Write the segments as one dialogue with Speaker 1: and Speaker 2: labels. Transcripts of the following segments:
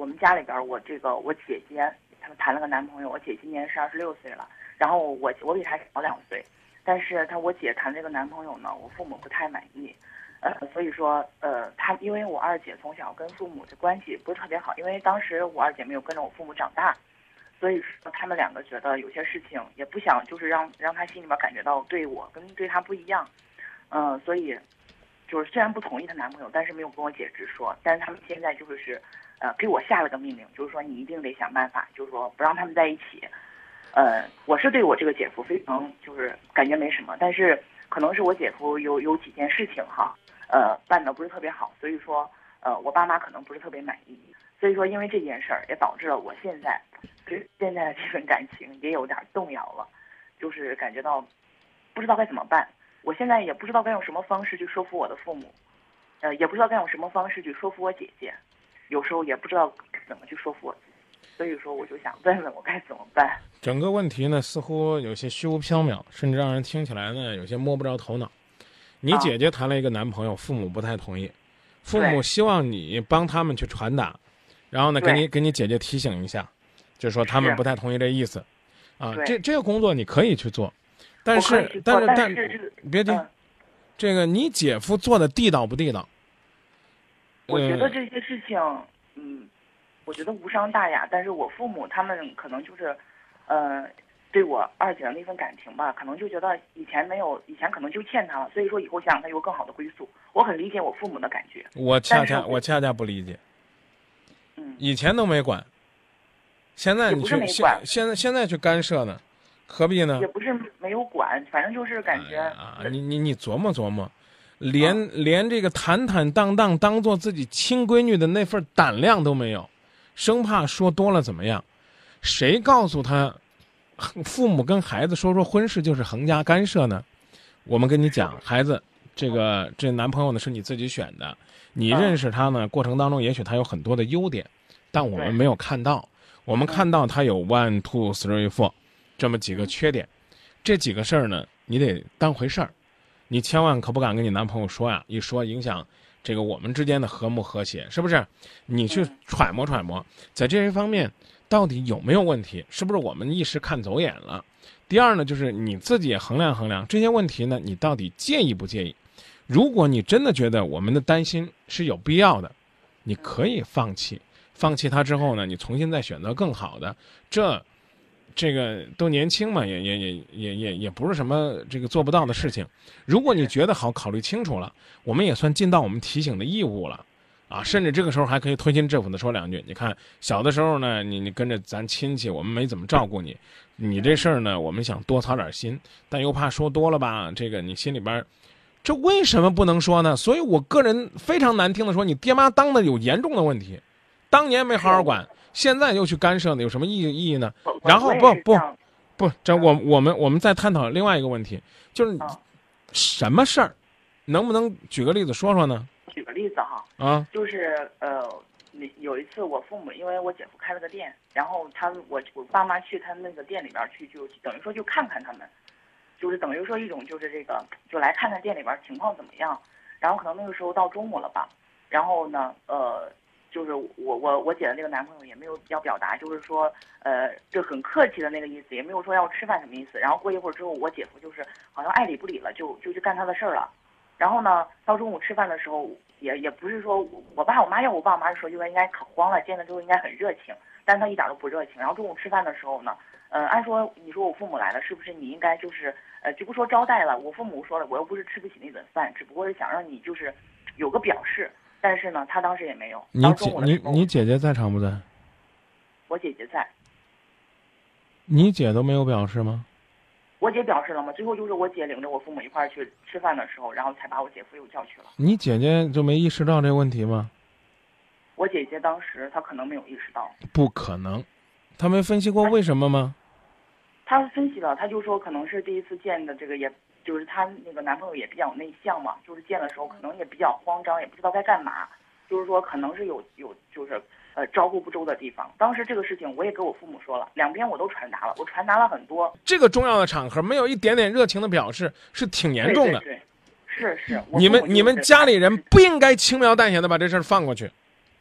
Speaker 1: 我们家里边我我姐姐她们谈了个男朋友，我姐今年是26岁了，然后我比她小2岁，但是我姐谈这个男朋友呢，我父母不太满意。所以说，因为我二姐从小跟父母的关系不是特别好，因为当时我二姐没有跟着我父母长大，所以说他们两个觉得有些事情也不想，就是让她心里边感觉到对我跟对她不一样，所以就是虽然不同意她男朋友，但是没有跟我姐直说，但是他们现在就是给我下了个命令，就是说你一定得想办法，就是说不让他们在一起。我是对我这个姐夫非常就是感觉没什么，但是可能是我姐夫有几件事情哈。办的不是特别好，所以说，我爸妈可能不是特别满意，所以说因为这件事儿也导致了我现在对现在的这份感情也有点动摇了，就是感觉到不知道该怎么办。我现在也不知道该用什么方式去说服我的父母，也不知道该用什么方式去说服我姐姐，有时候也不知道怎么去说服我自己，所以说我就想问问我该怎么办。
Speaker 2: 整个问题呢，似乎有些虚无缥缈，甚至让人听起来呢有些摸不着头脑。你姐姐谈了一个男朋友，父母不太同意，父母希望你帮他们去传达，然后呢，给你姐姐提醒一下，就是说他们不太同意这意思，啊，这个工作你可以去做，但是别急，这个你姐夫做的地道不地道？
Speaker 1: 我觉得这些事情，我觉得无伤大雅，但是我父母他们可能就是，对我二姐的那份感情吧，可能就觉得以前可能就欠她了，所以说以后想让她有更好的归宿。我很理解我父母的感觉，我恰
Speaker 2: 恰不理解。以前都没管，现在你去现在去干涉呢，何必呢？
Speaker 1: 也不是没有管，反正就是感觉
Speaker 2: 你琢磨琢磨，连这个坦坦荡荡当做自己亲闺女的那份胆量都没有，生怕说多了怎么样？谁告诉他？父母跟孩子说婚事就是横加干涉呢？我们跟你讲，孩子，这男朋友呢是你自己选的，你认识他呢过程当中，也许他有很多的优点，但我们没有看到，我们看到他有 1, 2, 3, 4这么几个缺点，这几个事儿呢，你得当回事儿，你千万可不敢跟你男朋友说呀，一说影响这个我们之间的和睦和谐，是不是？你去揣摩揣摩，在这一方面。到底有没有问题？是不是我们一时看走眼了？第二呢，就是你自己也衡量衡量这些问题呢，你到底介意不介意？如果你真的觉得我们的担心是有必要的，你可以放弃它之后呢，你重新再选择更好的。这个都年轻嘛，也不是什么这个做不到的事情。如果你觉得好，考虑清楚了，我们也算尽到我们提醒的义务了。甚至这个时候还可以推心置腹的说两句。你看，小的时候呢，你跟着咱亲戚，我们没怎么照顾你，你这事儿呢，我们想多操点心，但又怕说多了吧，这个你心里边，这为什么不能说呢？所以我个人非常难听的说，你爹妈当的有严重的问题，当年没好好管，现在又去干涉呢，有什么意义呢？然后不，这我们再探讨另外一个问题，就是什么事儿，能不能举个例子说说呢？
Speaker 1: 举个例子哈，就是有一次我父母因为我姐夫开了个店，然后我爸妈去他那个店里边去，就等于说就看看他们，就是等于说一种就是这个就来看看店里边情况怎么样，然后可能那个时候到中午了吧，然后呢就是我姐的那个男朋友也没有要表达，就是说就很客气的那个意思，也没有说要吃饭什么意思，然后过一会儿之后我姐夫就是好像爱理不理了，就去干他的事儿了。然后呢，到中午吃饭的时候，也不是说我爸我妈是说应该可慌了，见了之后应该很热情，但他一点都不热情。然后中午吃饭的时候呢，按说你说我父母来了，是不是你应该就是就不说招待了，我父母说了，我又不是吃不起那顿饭，只不过是想让你就是有个表示。但是呢，他当时也没有。
Speaker 2: 你姐姐在场不在？
Speaker 1: 我姐姐在。
Speaker 2: 你姐都没有表示吗？
Speaker 1: 我姐表示了吗？最后就是我姐领着我父母一块儿去吃饭的时候，然后才把我姐夫又叫去了。
Speaker 2: 你姐姐就没意识到这个问题吗？
Speaker 1: 我姐姐当时她可能没有意识到。
Speaker 2: 不可能，她没分析过为什么吗？
Speaker 1: 她分析了，她就说可能是第一次见的这个，也就是她那个男朋友也比较内向嘛，就是见的时候可能也比较慌张，也不知道该干嘛，就是说可能是有就是照顾不周的地方。当时这个事情我也跟我父母说了，两边我都传达了，我传达了很多。
Speaker 2: 这个重要的场合没有一点点热情的表示，是挺严重的。
Speaker 1: 对，是。
Speaker 2: 你们家里人不应该轻描淡写的把这事儿放过去。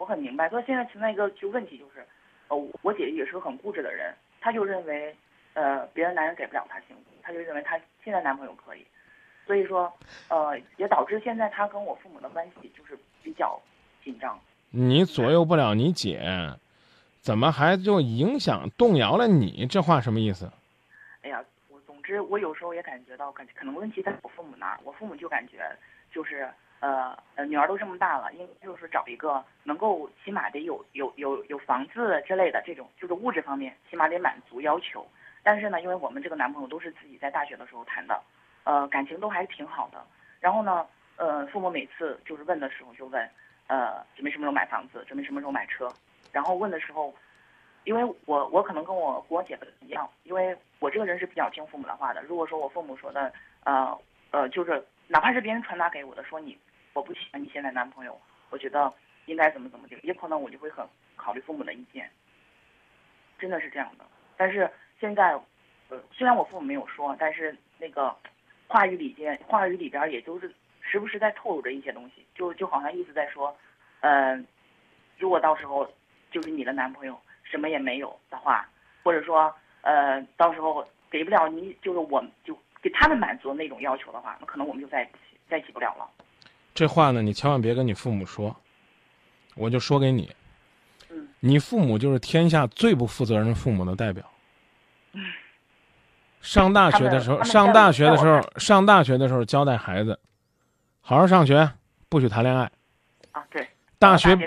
Speaker 1: 我很明白。所以现在存在一个问题就是，我姐姐也是个很固执的人，她就认为，别的男人给不了她幸福，她就认为她现在男朋友可以，所以说，也导致现在她跟我父母的关系就是比较紧张。
Speaker 2: 你左右不了你姐，怎么还就影响动摇了你？这话什么意思？
Speaker 1: 哎呀，总之我有时候也感觉到，可能问题在我父母那儿，我父母就感觉就是。女儿都这么大了，应该就是找一个能够起码得有房子之类的这种，就是物质方面起码得满足要求。但是呢，因为我们这个男朋友都是自己在大学的时候谈的，感情都还挺好的。然后呢，父母每次就是问的时候就问，准备什么时候买房子，准备什么时候买车。然后问的时候，因为我可能跟我姐的一样，因为我这个人是比较听父母的话的。如果说我父母说的，就是哪怕是别人传达给我的，说我不喜欢你现在男朋友，我觉得应该怎么地，也可能我就会很考虑父母的意见，真的是这样的。但是现在，虽然我父母没有说，但是那个话语里边也就是时不时在透露着一些东西，就好像意思在说，如果到时候就是你的男朋友什么也没有的话，或者说到时候给不了你，就是我就给他们满足那种要求的话，那可能我们就在一起不了了。
Speaker 2: 这话呢，你千万别跟你父母说，我就说给你。你父母就是天下最不负责任的父母的代表。上大学的时候交代孩子，好好上学，不许谈恋爱。
Speaker 1: 啊，对。
Speaker 2: 大学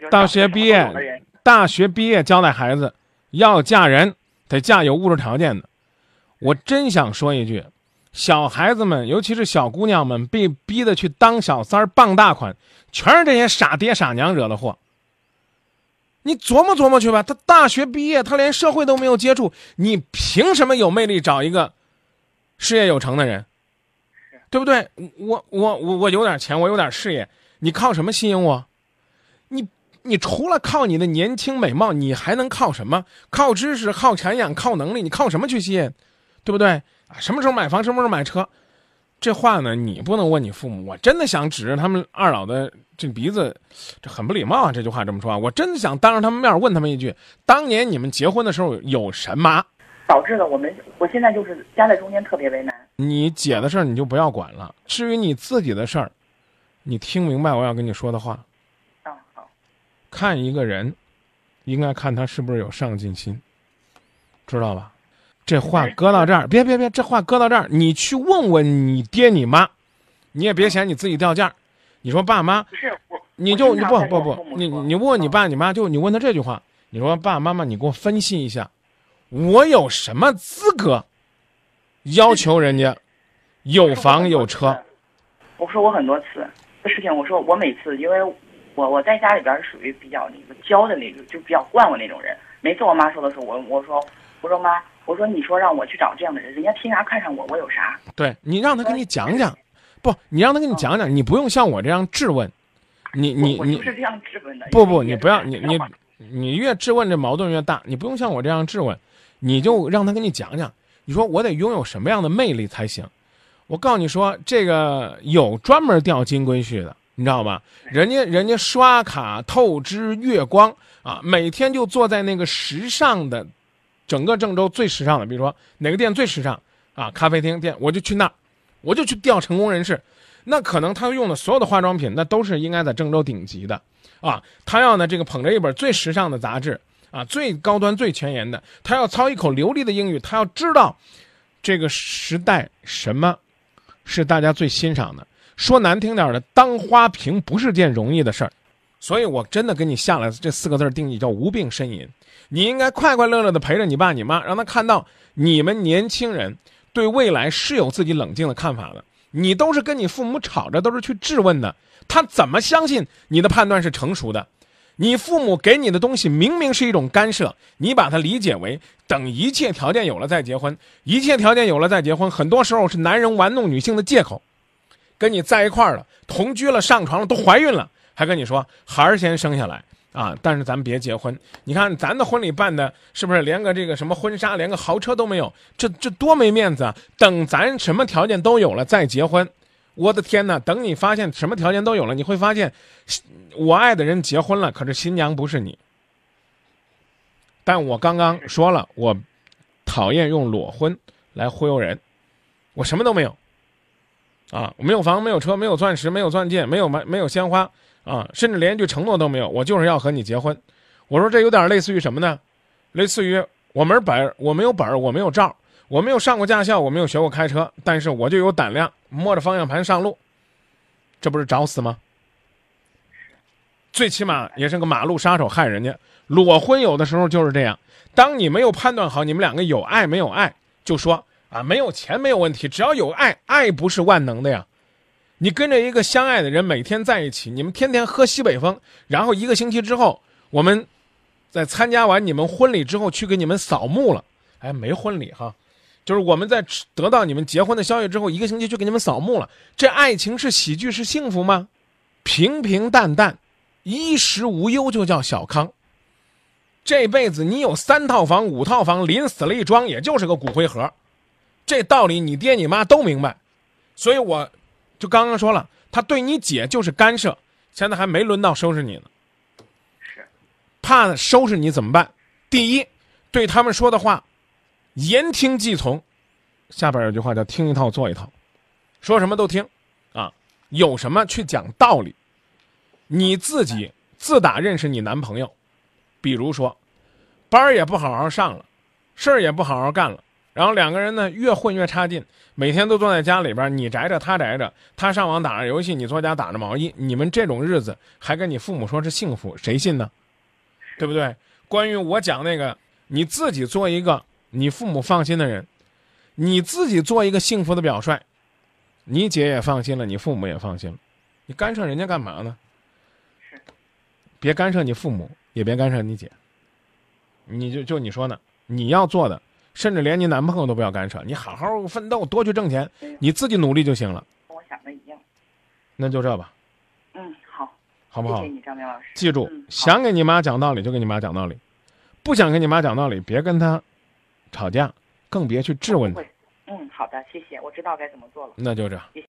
Speaker 2: 毕业交代孩子，要嫁人得嫁有物质条件的。我真想说一句。小孩子们，尤其是小姑娘们，被逼得去当小三儿、傍大款，全是这些傻爹傻娘惹的祸。你琢磨琢磨去吧，他大学毕业，他连社会都没有接触，你凭什么有魅力找一个事业有成的人？对不对？我有点钱，我有点事业，你靠什么吸引我？你除了靠你的年轻美貌，你还能靠什么？靠知识、靠产养、靠能力，你靠什么去吸引？对不对？什么时候买房，什么时候买车，这话呢，你不能问你父母。我真的想指着他们二老的这鼻子，这很不礼貌啊！这句话这么说啊，我真的想当着他们面问他们一句：当年你们结婚的时候有什么？
Speaker 1: 导致了我现在就是夹在中间，特别为难。
Speaker 2: 你姐的事儿你就不要管了，至于你自己的事儿，你听明白我要跟你说的话。
Speaker 1: 好。
Speaker 2: 看一个人，应该看他是不是有上进心，知道吧？这话搁到这儿，别，这话搁到这儿，你去问问你爹你妈，你也别嫌你自己掉价。你说爸妈，
Speaker 1: 不是我，
Speaker 2: 你问问你爸你妈，就你问他这句话，你说爸爸妈妈，你给我分析一下，我有什么资格要求人家有房有车？
Speaker 1: 我说过很多次这事情，我说我每次，因为我在家里边是属于比较那个娇的那种，就比较惯我那种人。每次我妈说的时候，我说妈。我说你说让我去找这样的人，人家凭啥看上我？我有啥？
Speaker 2: 对，你让他跟你讲讲，你让他跟你讲讲，你不用像我这样质问，你
Speaker 1: 是这样质问的。
Speaker 2: 不，你不要你越质问这矛盾越大，你不用像我这样质问，你就让他跟你讲讲，你说我得拥有什么样的魅力才行？我告诉你说，这个有专门钓金龟婿的，你知道吗？人家刷卡透支月光啊，每天就坐在那个时尚的。整个郑州最时尚的，比如说哪个店最时尚啊？咖啡厅店，我就去那儿，我就去钓成功人士。那可能他用的所有的化妆品，那都是应该在郑州顶级的啊。他要呢这个捧着一本最时尚的杂志啊，最高端最前沿的，他要操一口流利的英语，他要知道这个时代什么是大家最欣赏的。说难听点的，当花瓶不是件容易的事儿。所以我真的给你下了这4个字定义，叫无病呻吟。你应该快快乐乐的陪着你爸你妈，让他看到你们年轻人对未来是有自己冷静的看法的。你都是跟你父母吵着，都是去质问的，他怎么相信你的判断是成熟的？你父母给你的东西明明是一种干涉，你把它理解为等一切条件有了再结婚，一切条件有了再结婚，很多时候是男人玩弄女性的借口。跟你在一块儿了，同居了，上床了，都怀孕了，还跟你说孩儿先生下来啊！但是咱们别结婚。你看咱的婚礼办的是不是连个这个什么婚纱，连个豪车都没有？这多没面子啊！等咱什么条件都有了再结婚， 我的天哪！等你发现什么条件都有了，你会发现，我爱的人结婚了，可是新娘不是你。但我刚刚说了，我讨厌用裸婚来忽悠人，我什么都没有，啊，没有房，没有车，没有钻石，没有钻戒，没有鲜花，啊，甚至连一句承诺都没有，我就是要和你结婚。我说这有点类似于什么呢？类似于我没有本儿，我没有照，我没有上过驾校，我没有学过开车，但是我就有胆量摸着方向盘上路，这不是找死吗？最起码也是个马路杀手害人家。裸婚有的时候就是这样，当你没有判断好你们两个有爱没有爱，就说啊没有钱没有问题，只要有爱，爱不是万能的呀。你跟着一个相爱的人每天在一起，你们天天喝西北风，然后1个星期之后，我们在参加完你们婚礼之后去给你们扫墓了，哎，没婚礼哈，就是我们在得到你们结婚的消息之后1个星期去给你们扫墓了。这爱情是喜剧是幸福吗？平平淡淡，衣食无忧就叫小康。这辈子你有3套房5套房，临死了一装，也就是个骨灰盒。这道理你爹你妈都明白。所以我就刚刚说了，他对你姐就是干涉，现在还没轮到收拾你呢。
Speaker 1: 是，
Speaker 2: 怕收拾你怎么办？第一，对他们说的话言听计从。下边有句话叫听一套做一套，说什么都听啊，有什么去讲道理。你自己自打认识你男朋友，比如说班儿也不好好上了，事儿也不好好干了，然后2个人呢越混越差劲，每天都坐在家里边，你宅着他宅着，他上网打着游戏，你坐家打着毛衣，你们这种日子还跟你父母说是幸福，谁信呢？对不对？关于我讲那个，你自己做一个你父母放心的人，你自己做一个幸福的表率，你姐也放心了，你父母也放心了，你干涉人家干嘛呢？
Speaker 1: 是，
Speaker 2: 别干涉你父母，也别干涉你姐。你就你说呢？你要做的，甚至连你男朋友都不要干涉，你好好奋斗，多去挣钱，你自己努力就行了。
Speaker 1: 跟我想的一样。
Speaker 2: 那就这吧。
Speaker 1: 好，
Speaker 2: 好不好？
Speaker 1: 谢谢你，张明老师。
Speaker 2: 记住，想给你妈讲道理就给你妈讲道理，不想跟你妈讲道理，别跟她吵架，更别去质问她。
Speaker 1: 好的，谢谢，我知道该怎么做了。
Speaker 2: 那就这。
Speaker 1: 谢谢。